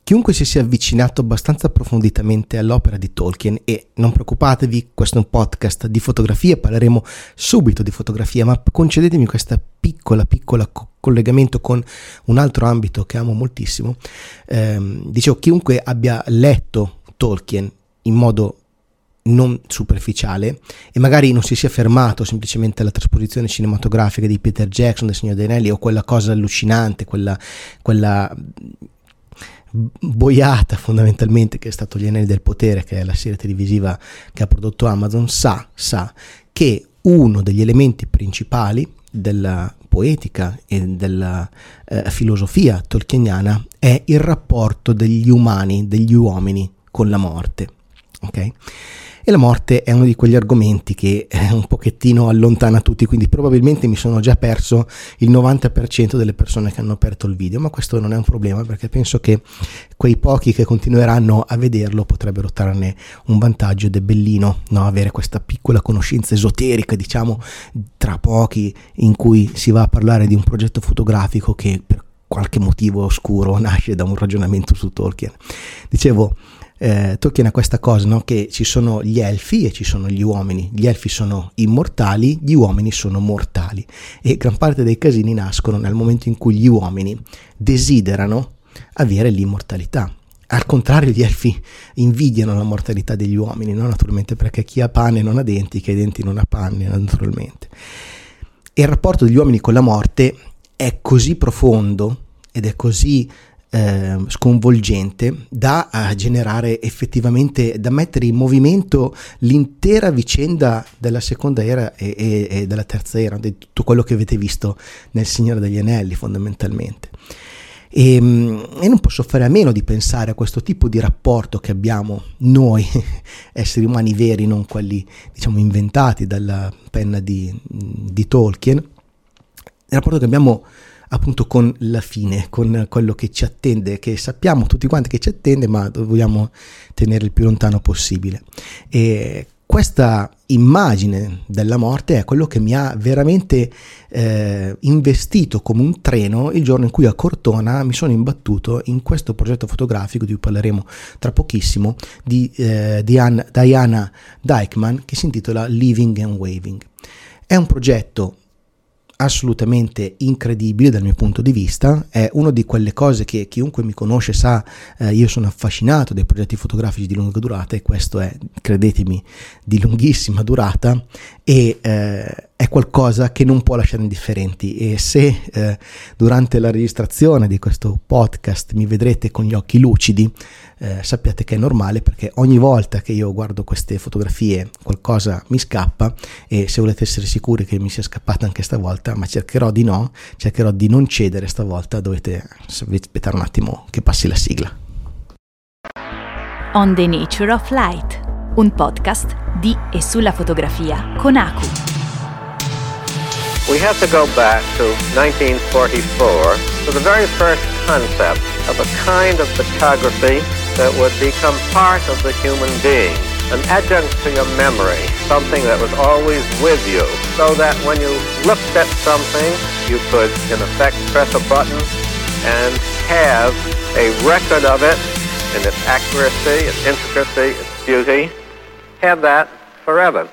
chiunque si sia avvicinato abbastanza approfonditamente all'opera di Tolkien, e non preoccupatevi, questo è un podcast di fotografia, parleremo subito di fotografia, ma concedetemi questa piccola collegamento con un altro ambito che amo moltissimo. Dicevo, chiunque abbia letto Tolkien in modo non superficiale e magari non si sia fermato semplicemente alla trasposizione cinematografica di Peter Jackson del Signore degli Anelli, o quella cosa allucinante, quella boiata fondamentalmente che è stato Gli Anelli del Potere, che è la serie televisiva che ha prodotto Amazon, sa che uno degli elementi principali della poetica e della filosofia tolkieniana è il rapporto degli uomini con la morte, ok? E la morte è uno di quegli argomenti che un pochettino allontana tutti, quindi probabilmente mi sono già perso il 90% delle persone che hanno aperto il video, ma questo non è un problema, perché penso che quei pochi che continueranno a vederlo potrebbero trarne un vantaggio, ed è bellino, no? Avere questa piccola conoscenza esoterica, diciamo, tra pochi, in cui si va a parlare di un progetto fotografico che per qualche motivo oscuro nasce da un ragionamento su Tolkien. Dicevo, Tolkien ha questa cosa, no? Che ci sono gli elfi e ci sono gli uomini. Gli elfi sono immortali, gli uomini sono mortali, e gran parte dei casini nascono nel momento in cui gli uomini desiderano avere l'immortalità. Al contrario, gli elfi invidiano la mortalità degli uomini, no? Naturalmente, perché chi ha pane non ha denti, chi ha i denti non ha pane, naturalmente. E il rapporto degli uomini con la morte è così profondo ed è così sconvolgente da generare effettivamente, da mettere in movimento l'intera vicenda della seconda era e della terza era, di tutto quello che avete visto nel Signore degli Anelli fondamentalmente. E non posso fare a meno di pensare a questo tipo di rapporto che abbiamo noi esseri umani veri, non quelli diciamo inventati dalla penna di Tolkien, il rapporto che abbiamo appunto con la fine, con quello che ci attende, che sappiamo tutti quanti che ci attende, ma vogliamo tenere il più lontano possibile. E questa immagine della morte è quello che mi ha veramente investito come un treno il giorno in cui a Cortona mi sono imbattuto in questo progetto fotografico, di cui parleremo tra pochissimo, di Diana Dykeman, che si intitola Living and Waving. È un progetto assolutamente incredibile dal mio punto di vista, è una di quelle cose che chiunque mi conosce sa, io sono affascinato dai progetti fotografici di lunga durata, e questo è, credetemi, di lunghissima durata, e è qualcosa che non può lasciare indifferenti. E se durante la registrazione di questo podcast mi vedrete con gli occhi lucidi, sappiate che è normale, perché ogni volta che io guardo queste fotografie qualcosa mi scappa, e se volete essere sicuri che mi sia scappata anche stavolta, ma cercherò di non cedere stavolta, dovete aspettare un attimo che passi la sigla. On the Nature of Light, un podcast di e sulla fotografia con Aku. We have to go back to 1944 to the very first concept of a kind of photography that would become part of the human being, an adjunct to your memory, something that was always with you, so that when you looked at something, you could, in effect, press a button and have a record of it in its accuracy, its intricacy, its beauty, have that forever.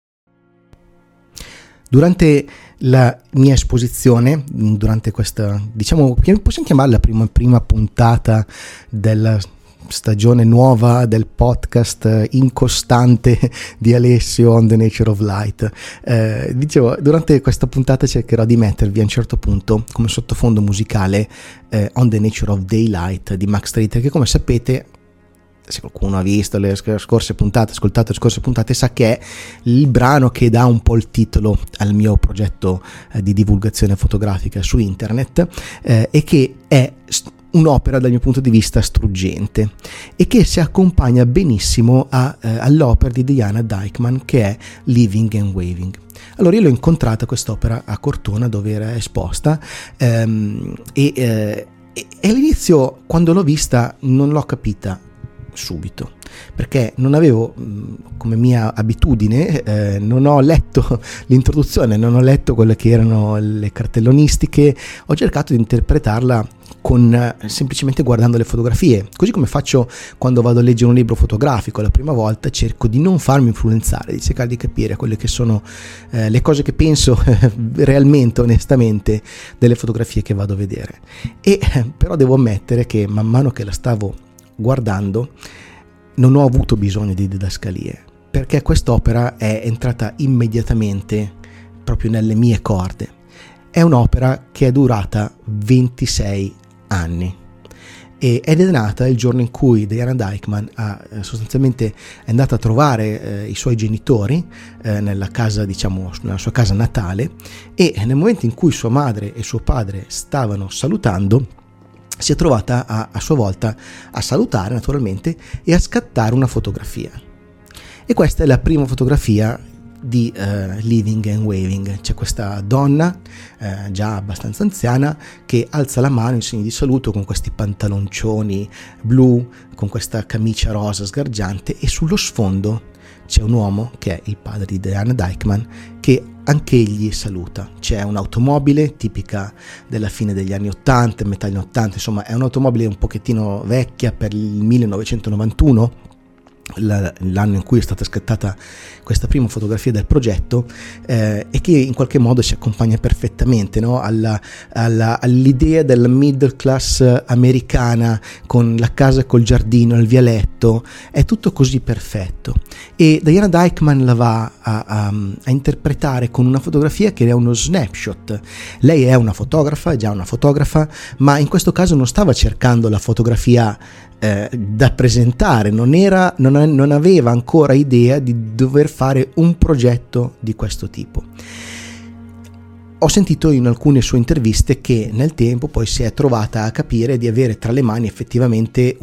Durante la mia esposizione, durante questa, diciamo, possiamo chiamarla prima puntata della stagione nuova del podcast incostante di Alessio On the Nature of Light, dicevo, durante questa puntata cercherò di mettervi a un certo punto come sottofondo musicale On the Nature of Daylight di Max Streeter, che come sapete, se qualcuno ha visto le scorse puntate, ascoltato le scorse puntate, sa che è il brano che dà un po' il titolo al mio progetto di divulgazione fotografica su internet, e che è un'opera dal mio punto di vista struggente, e che si accompagna benissimo all'opera di Diana Dykeman, che è Living and Waving. Allora, io l'ho incontrata quest'opera a Cortona, dove era esposta, e all'inizio, quando l'ho vista, non l'ho capita subito, perché non avevo, come mia abitudine, non ho letto l'introduzione, non ho letto quelle che erano le cartellonistiche, ho cercato di interpretarla semplicemente guardando le fotografie, così come faccio quando vado a leggere un libro fotografico la prima volta. Cerco di non farmi influenzare, di cercare di capire quelle che sono le cose che penso realmente, onestamente, delle fotografie che vado a vedere. E però devo ammettere che man mano che la stavo guardando non ho avuto bisogno di didascalie, perché quest'opera è entrata immediatamente proprio nelle mie corde. È un'opera che è durata 26 anni ed è nata il giorno in cui Diana Dykman sostanzialmente è andata a trovare i suoi genitori nella casa, diciamo, nella sua casa natale, e nel momento in cui sua madre e suo padre stavano salutando, si è trovata a sua volta a salutare naturalmente e a scattare una fotografia. E questa è la prima fotografia di Living and Waving. C'è questa donna già abbastanza anziana che alza la mano in segno di saluto con questi pantaloncini blu, con questa camicia rosa sgargiante, e sullo sfondo c'è un uomo che è il padre di Diana Dykman che anch'egli saluta. C'è un'automobile tipica della fine degli anni 80, metà anni 80, insomma è un'automobile un pochettino vecchia, per il 1991, l'anno in cui è stata scattata questa prima fotografia del progetto, e che in qualche modo si accompagna perfettamente, no? all'idea della middle class americana, con la casa col giardino, il vialetto. È tutto così perfetto, e Diana Dykman la va a interpretare con una fotografia che è uno snapshot. Lei è una fotografa, è già una fotografa, ma in questo caso non stava cercando la fotografia da presentare, non aveva ancora idea di dover fare un progetto di questo tipo. Ho sentito in alcune sue interviste che nel tempo poi si è trovata a capire di avere tra le mani effettivamente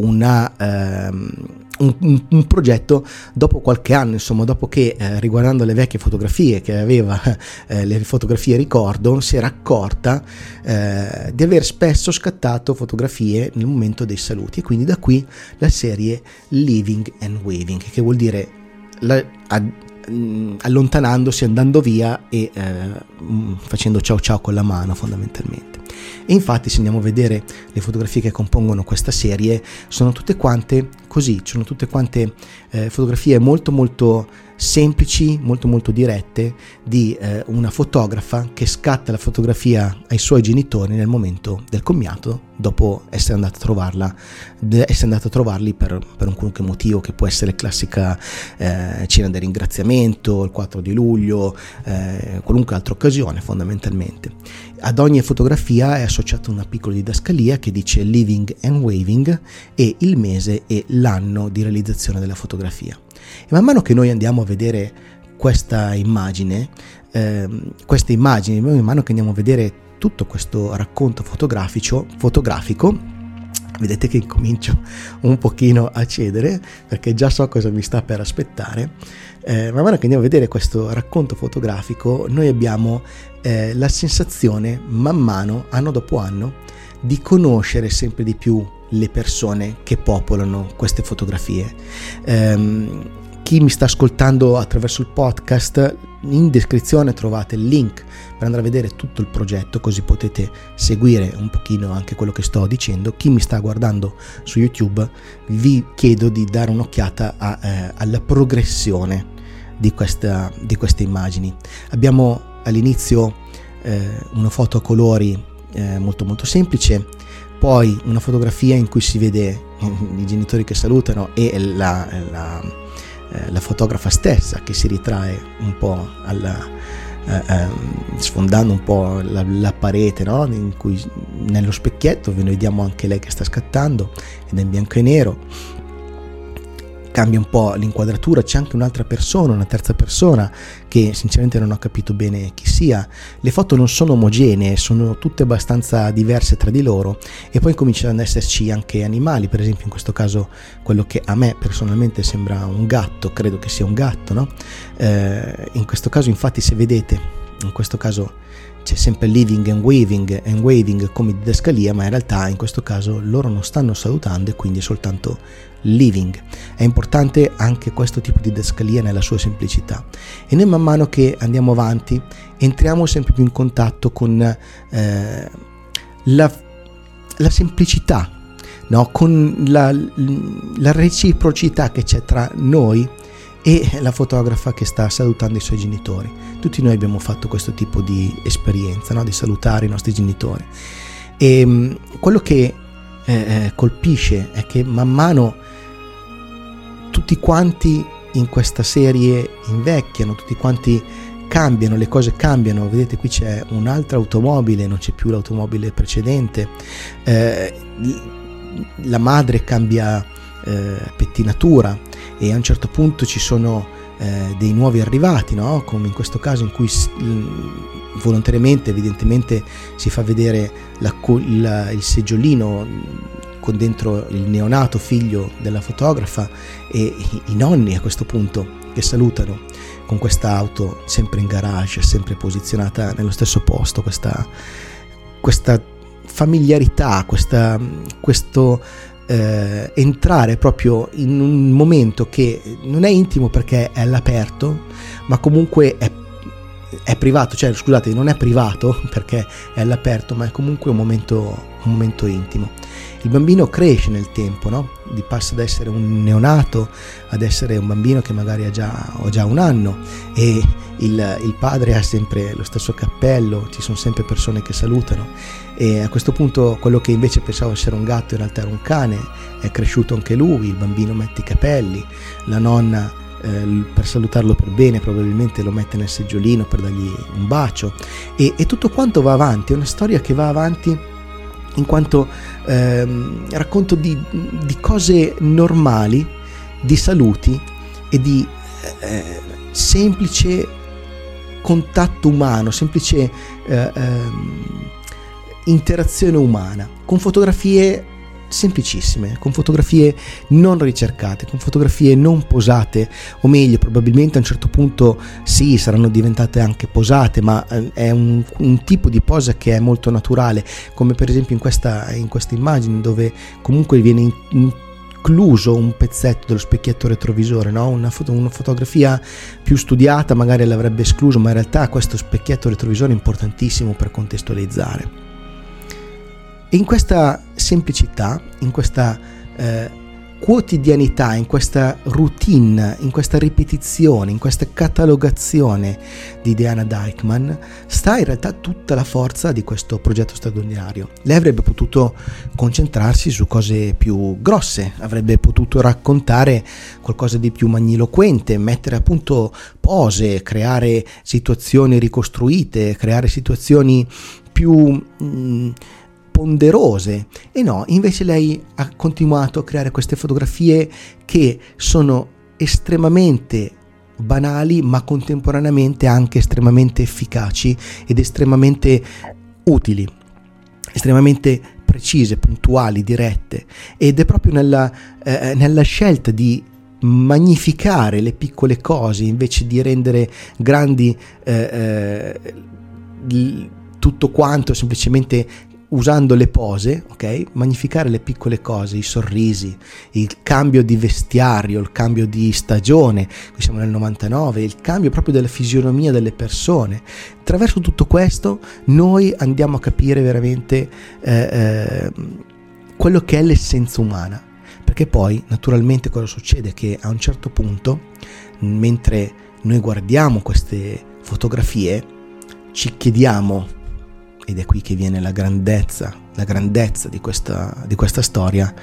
un progetto dopo qualche anno, insomma, dopo che riguardando le vecchie fotografie che aveva, le fotografie ricordo, si era accorta di aver spesso scattato fotografie nel momento dei saluti, e quindi da qui la serie Living and Waving, che vuol dire allontanandosi, andando via e facendo ciao ciao con la mano, fondamentalmente. E infatti, se andiamo a vedere le fotografie che compongono questa serie, sono tutte quante così, sono tutte quante fotografie molto molto semplici, molto molto dirette, di una fotografa che scatta la fotografia ai suoi genitori nel momento del commiato, dopo essere andata a trovarli per un qualunque motivo, che può essere classica cena del ringraziamento, il 4 di luglio, qualunque altra occasione fondamentalmente. Ad ogni fotografia è associata una piccola didascalia che dice Living and Waving e il mese e l'anno di realizzazione della fotografia. E man mano che noi andiamo a vedere queste immagini, man mano che andiamo a vedere tutto questo racconto fotografico, vedete che incomincio un pochino a cedere, perché già so cosa mi sta per aspettare. Man mano che andiamo a vedere questo racconto fotografico, noi abbiamo la sensazione, man mano, anno dopo anno, di conoscere sempre di più le persone che popolano queste fotografie. Chi mi sta ascoltando attraverso il podcast, in descrizione trovate il link per andare a vedere tutto il progetto, così potete seguire un pochino anche quello che sto dicendo. Chi mi sta guardando su YouTube, vi chiedo di dare un'occhiata alla progressione di queste immagini. Abbiamo all'inizio una foto a colori molto molto semplice, poi una fotografia in cui si vede i genitori che salutano e la fotografa stessa che si ritrae un po' sfondando un po' la parete, no? In cui nello specchietto vediamo anche lei che sta scattando, ed è in bianco e nero. Cambia un po' l'inquadratura, c'è anche un'altra persona, una terza persona che sinceramente non ho capito bene chi sia. Le foto non sono omogenee, sono tutte abbastanza diverse tra di loro, e poi cominciano ad esserci anche animali, per esempio in questo caso quello che a me personalmente sembra un gatto, credo che sia un gatto, no? In questo caso infatti, se vedete in questo caso c'è sempre living and waving come didascalia, ma in realtà in questo caso loro non stanno salutando e quindi è soltanto living. È importante anche questo tipo di didascalia nella sua semplicità, e noi man mano che andiamo avanti entriamo sempre più in contatto con la semplicità, no? Con la reciprocità che c'è tra noi e la fotografa che sta salutando i suoi genitori. Tutti noi abbiamo fatto questo tipo di esperienza, no? Di salutare i nostri genitori, e quello che colpisce è che man mano tutti quanti in questa serie invecchiano, tutti quanti cambiano, le cose cambiano. Vedete, qui c'è un'altra automobile, non c'è più l'automobile precedente, la madre cambia pettinatura, e a un certo punto ci sono dei nuovi arrivati, no? Come in questo caso, in cui volontariamente, evidentemente, si fa vedere il seggiolino con dentro il neonato figlio della fotografa e i nonni a questo punto che salutano con questa auto sempre in garage, sempre posizionata nello stesso posto. Questa familiarità, questo entrare proprio in un momento che non è intimo perché è all'aperto, ma comunque è privato, cioè scusate, non è privato perché è all'aperto, ma è comunque un momento intimo. Il bambino cresce nel tempo, no? Passa da essere un neonato ad essere un bambino che magari ha già un anno, e il padre ha sempre lo stesso cappello, ci sono sempre persone che salutano, e a questo punto quello che invece pensavo essere un gatto in realtà era un cane, è cresciuto anche lui, il bambino mette i capelli, la nonna per salutarlo per bene probabilmente lo mette nel seggiolino per dargli un bacio, e tutto quanto va avanti. È una storia che va avanti in quanto racconto di cose normali, di saluti e di semplice contatto umano, semplice interazione umana, con fotografie semplicissime, con fotografie non ricercate, con fotografie non posate, o meglio, probabilmente a un certo punto sì, saranno diventate anche posate, ma è un tipo di posa che è molto naturale, come per esempio in questa immagine, dove comunque viene incluso un pezzetto dello specchietto retrovisore, no? Una fotografia più studiata magari l'avrebbe escluso, ma in realtà questo specchietto retrovisore è importantissimo per contestualizzare. E in questa semplicità, in questa quotidianità, in questa routine, in questa ripetizione, in questa catalogazione di Diana Dykman sta in realtà tutta la forza di questo progetto straordinario. Lei avrebbe potuto concentrarsi su cose più grosse, avrebbe potuto raccontare qualcosa di più magniloquente, mettere appunto pose, creare situazioni ricostruite, creare situazioni più ponderose, e no, invece lei ha continuato a creare queste fotografie che sono estremamente banali, ma contemporaneamente anche estremamente efficaci ed estremamente utili, estremamente precise, puntuali, dirette, ed è proprio nella scelta di magnificare le piccole cose invece di rendere grandi tutto quanto, semplicemente usando le pose, ok? Magnificare le piccole cose, i sorrisi, il cambio di vestiario, il cambio di stagione, qui siamo nel 99, il cambio proprio della fisionomia delle persone. Attraverso tutto questo noi andiamo a capire veramente quello che è l'essenza umana, perché poi naturalmente cosa succede? Che a un certo punto, mentre noi guardiamo queste fotografie, ci chiediamo, ed è qui che viene la grandezza di questa storia: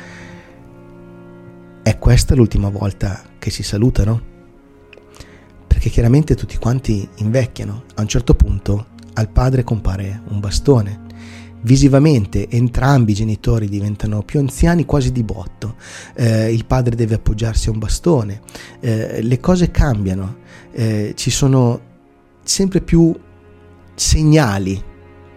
è questa l'ultima volta che si salutano? Perché chiaramente tutti quanti invecchiano. A un certo punto al padre compare un bastone. Visivamente entrambi i genitori diventano più anziani quasi di botto, il padre deve appoggiarsi a un bastone, le cose cambiano, ci sono sempre più segnali,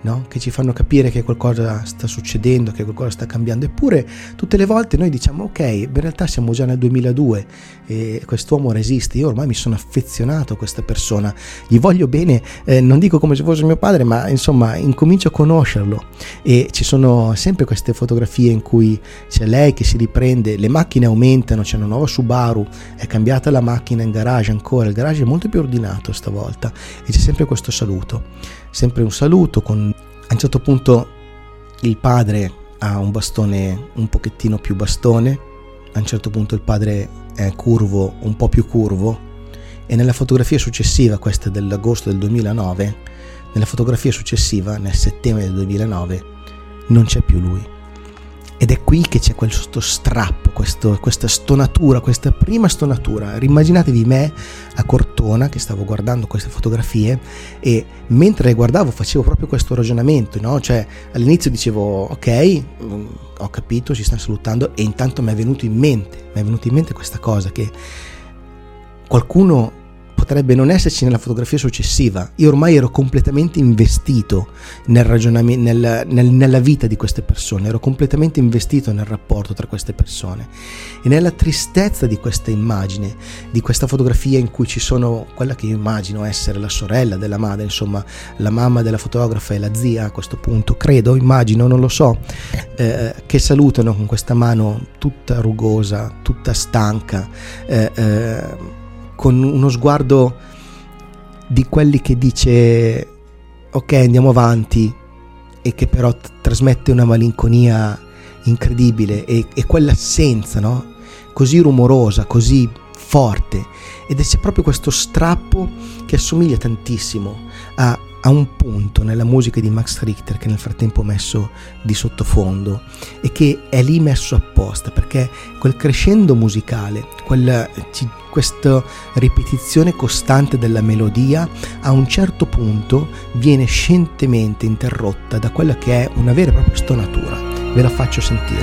no? Che ci fanno capire che qualcosa sta succedendo, che qualcosa sta cambiando. Eppure tutte le volte noi diciamo ok, in realtà siamo già nel 2002 e quest'uomo resiste, io ormai mi sono affezionato a questa persona, gli voglio bene, non dico come se fosse mio padre, ma insomma incomincio a conoscerlo. E ci sono sempre queste fotografie in cui c'è lei che si riprende, le macchine aumentano, c'è una nuova Subaru, è cambiata la macchina in garage ancora, il garage è molto più ordinato stavolta e c'è sempre questo saluto, sempre un saluto con, a un certo punto il padre ha un bastone un pochettino più bastone, a un certo punto il padre è curvo, un po' più curvo, e nella fotografia successiva, questa è dell'agosto del 2009, nella fotografia successiva, nel settembre del 2009, non c'è più lui. Ed è qui che c'è questo strappo, questa stonatura, questa prima stonatura. Immaginatevi me a Cortona che stavo guardando queste fotografie e mentre le guardavo facevo proprio questo ragionamento, no? Cioè all'inizio dicevo ok, ho capito, ci stanno salutando, e intanto mi è venuto in mente questa cosa, che qualcuno potrebbe non esserci nella fotografia successiva. Io ormai ero completamente investito nel ragionamento, nella vita di queste persone, ero completamente investito nel rapporto tra queste persone, e nella tristezza di questa immagine, di questa fotografia in cui ci sono quella che io immagino essere la sorella della madre, insomma la mamma della fotografa e la zia a questo punto, credo, immagino, non lo so, che salutano con questa mano tutta rugosa, tutta stanca, con uno sguardo di quelli che dice ok, andiamo avanti, e che però trasmette una malinconia incredibile, e quell'assenza, no? Così rumorosa, così forte, ed c'è proprio questo strappo che assomiglia tantissimo a un punto nella musica di Max Richter, che nel frattempo ho messo di sottofondo e che è lì messo apposta, perché quel crescendo musicale, questa ripetizione costante della melodia a un certo punto viene scientemente interrotta da quella che è una vera e propria stonatura. Ve la faccio sentire.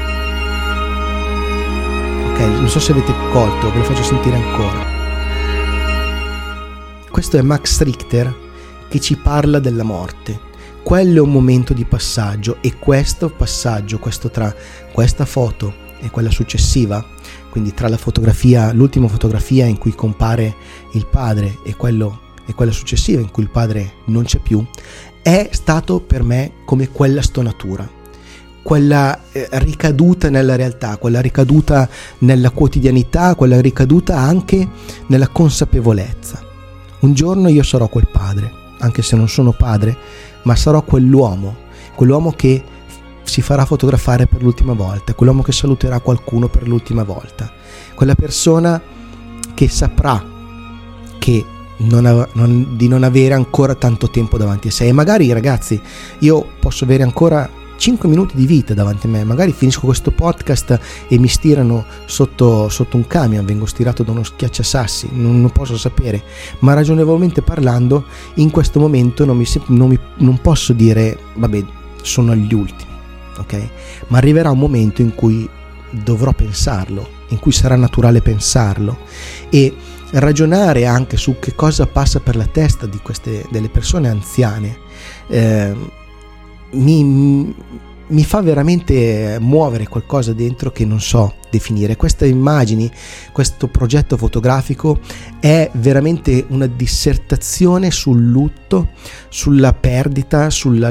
Ok, non so se avete colto, ve la faccio sentire ancora. Questo è Max Richter che ci parla della morte. Quello è un momento di passaggio, e questo passaggio, questo tra questa foto e quella successiva, quindi tra la fotografia, l'ultima fotografia in cui compare il padre e quella successiva in cui il padre non c'è più, è stato per me come quella stonatura, quella ricaduta nella realtà, quella ricaduta nella quotidianità, quella ricaduta anche nella consapevolezza. Un giorno io sarò quel padre, anche se non sono padre, ma sarò quell'uomo che si farà fotografare per l'ultima volta, quell'uomo che saluterà qualcuno per l'ultima volta, quella persona che saprà che di non avere ancora tanto tempo davanti a sé. E magari, ragazzi, io posso avere ancora 5 minuti di vita davanti a me, magari finisco questo podcast e mi stirano sotto un camion, vengo stirato da uno schiacciasassi, non posso sapere, ma ragionevolmente parlando in questo momento non posso dire vabbè, sono agli ultimi, ok? Ma arriverà un momento in cui dovrò pensarlo, in cui sarà naturale pensarlo e ragionare anche su che cosa passa per la testa delle persone anziane. Mi fa veramente muovere qualcosa dentro che non so definire. Queste immagini, questo progetto fotografico è veramente una dissertazione sul lutto, sulla perdita,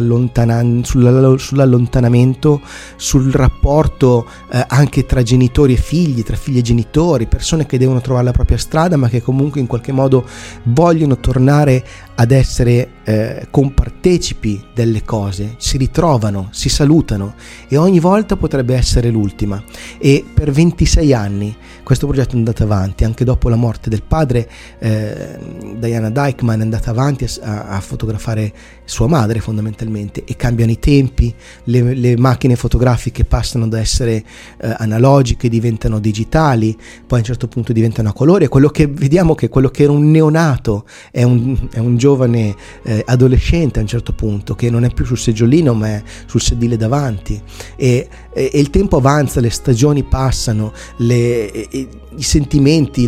sull'allontanamento, sul rapporto anche tra genitori e figli, tra figli e genitori, persone che devono trovare la propria strada ma che comunque in qualche modo vogliono tornare ad essere compartecipi delle cose, si ritrovano, si salutano, e ogni volta potrebbe essere l'ultima. E per 26 anni questo progetto è andato avanti, anche dopo la morte del padre. Diana Dykman è andata avanti a fotografare sua madre fondamentalmente, e cambiano i tempi, le macchine fotografiche passano da essere analogiche, diventano digitali, poi a un certo punto diventano a colore. Quello che vediamo che quello che era un neonato è un giovane adolescente a un certo punto, che non è più sul seggiolino ma è sul sedile davanti, e il tempo avanza, le stagioni passano, passano, i sentimenti,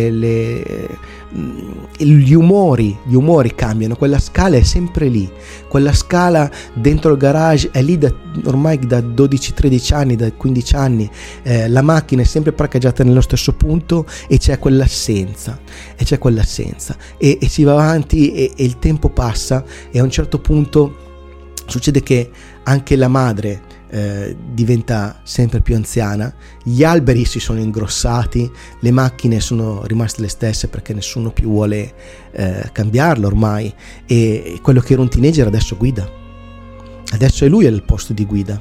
gli umori cambiano. Quella scala è sempre lì, quella scala dentro il garage è lì ormai da 12-13 anni, da 15 anni, la macchina è sempre parcheggiata nello stesso punto e c'è quell'assenza e si va avanti e il tempo passa, e a un certo punto succede che anche la madre diventa sempre più anziana, gli alberi si sono ingrossati, le macchine sono rimaste le stesse perché nessuno più vuole cambiarle ormai, e quello che era un teenager adesso guida, adesso è lui al posto di guida,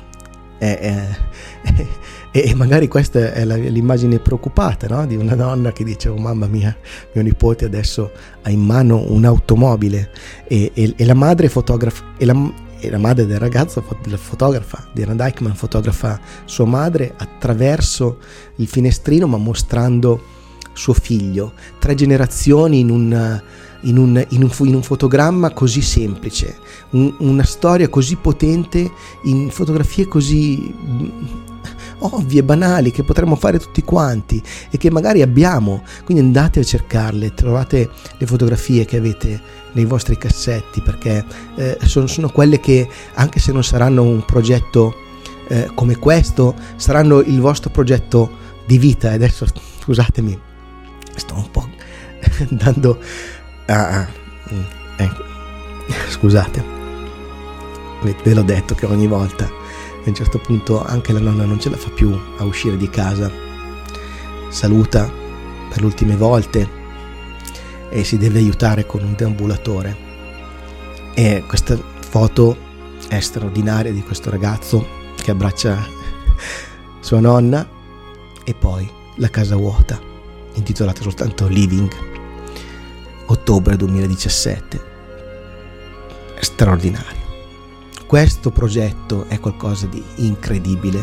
e magari questa è l'immagine preoccupata, no? Di una donna che dice: oh mamma mia, mio nipote adesso ha in mano un'automobile, e la madre fotografa, e la madre del ragazzo fotografa, Diana Dykman fotografa sua madre attraverso il finestrino, ma mostrando suo figlio, 3 generazioni in un fotogramma così semplice, una storia così potente in fotografie così ovvie, banali, che potremmo fare tutti quanti e che magari abbiamo. Quindi andate a cercarle, trovate le fotografie che avete nei vostri cassetti, perché sono quelle che, anche se non saranno un progetto come questo, saranno il vostro progetto di vita. E adesso scusatemi, sto un po' dando scusate, ve l'ho detto che ogni volta a un certo punto anche la nonna non ce la fa più a uscire di casa, saluta per le ultime volte e si deve aiutare con un deambulatore. E questa foto è straordinaria di questo ragazzo che abbraccia sua nonna, e poi la casa vuota, intitolata soltanto Living, ottobre 2017. È straordinario. Questo progetto è qualcosa di incredibile,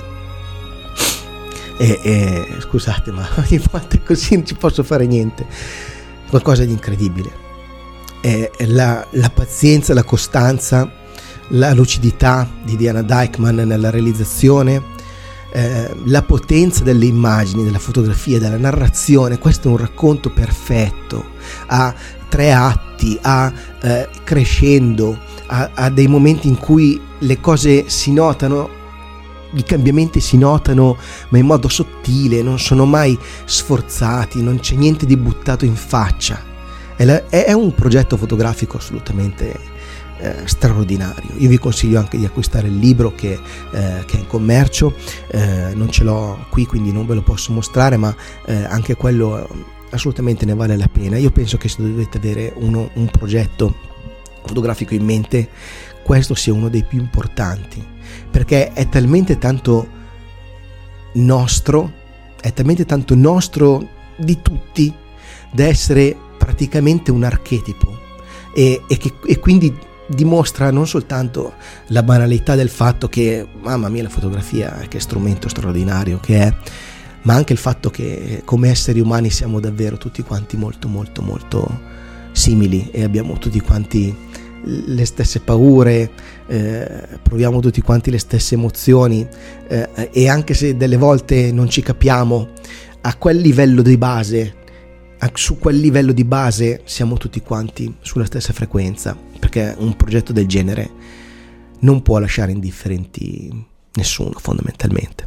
e scusate, ma ogni volta così non ci posso fare niente. Qualcosa di incredibile. La pazienza, la costanza, la lucidità di Diana Dykman nella realizzazione, la potenza delle immagini, della fotografia, della narrazione. Questo è un racconto perfetto, ha 3 atti, crescendo, ha dei momenti in cui le cose si notano, i cambiamenti si notano, ma in modo sottile, non sono mai sforzati, non c'è niente di buttato in faccia. È un progetto fotografico assolutamente straordinario. Io vi consiglio anche di acquistare il libro che è in commercio, non ce l'ho qui quindi non ve lo posso mostrare, ma anche quello assolutamente ne vale la pena. Io penso che se dovete avere un progetto fotografico in mente, questo sia uno dei più importanti, perché è talmente tanto nostro di tutti, da essere praticamente un archetipo, e quindi dimostra non soltanto la banalità del fatto che, mamma mia, la fotografia che strumento straordinario che è, ma anche il fatto che come esseri umani siamo davvero tutti quanti molto molto molto simili, e abbiamo tutti quanti le stesse paure, proviamo tutti quanti le stesse emozioni, e anche se delle volte non ci capiamo, a quel livello di base, su quel livello di base siamo tutti quanti sulla stessa frequenza, perché un progetto del genere non può lasciare indifferenti nessuno, fondamentalmente.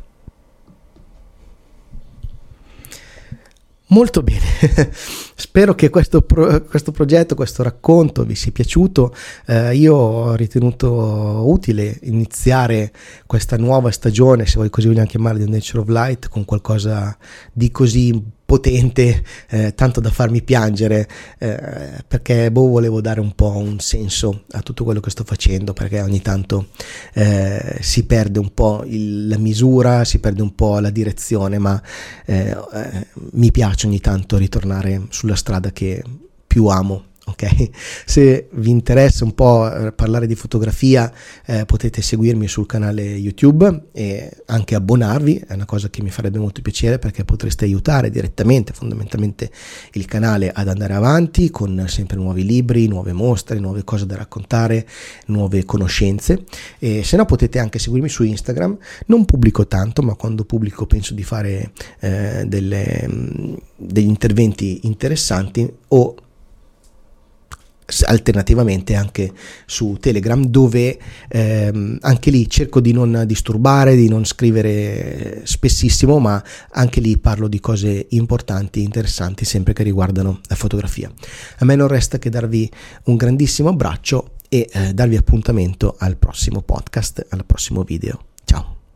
Molto bene, spero che questo progetto, questo racconto vi sia piaciuto. Io ho ritenuto utile iniziare questa nuova stagione, se voi così vogliamo chiamarla, di Nature of Light, con qualcosa di così potente, tanto da farmi piangere, perché volevo dare un po' un senso a tutto quello che sto facendo, perché ogni tanto si perde un po' la misura, si perde un po' la direzione, ma mi piace ogni tanto ritornare sulla strada che più amo ok? Se vi interessa un po' parlare di fotografia, potete seguirmi sul canale YouTube e anche abbonarvi, è una cosa che mi farebbe molto piacere, perché potreste aiutare direttamente, fondamentalmente, il canale ad andare avanti con sempre nuovi libri, nuove mostre, nuove cose da raccontare, nuove conoscenze. E se no potete anche seguirmi su Instagram. Non pubblico tanto, ma quando pubblico penso di fare degli interventi interessanti, o alternativamente anche su Telegram, dove anche lì cerco di non disturbare, di non scrivere spessissimo, ma anche lì parlo di cose importanti e interessanti, sempre che riguardano la fotografia. A me non resta che darvi un grandissimo abbraccio e darvi appuntamento al prossimo podcast, al prossimo video.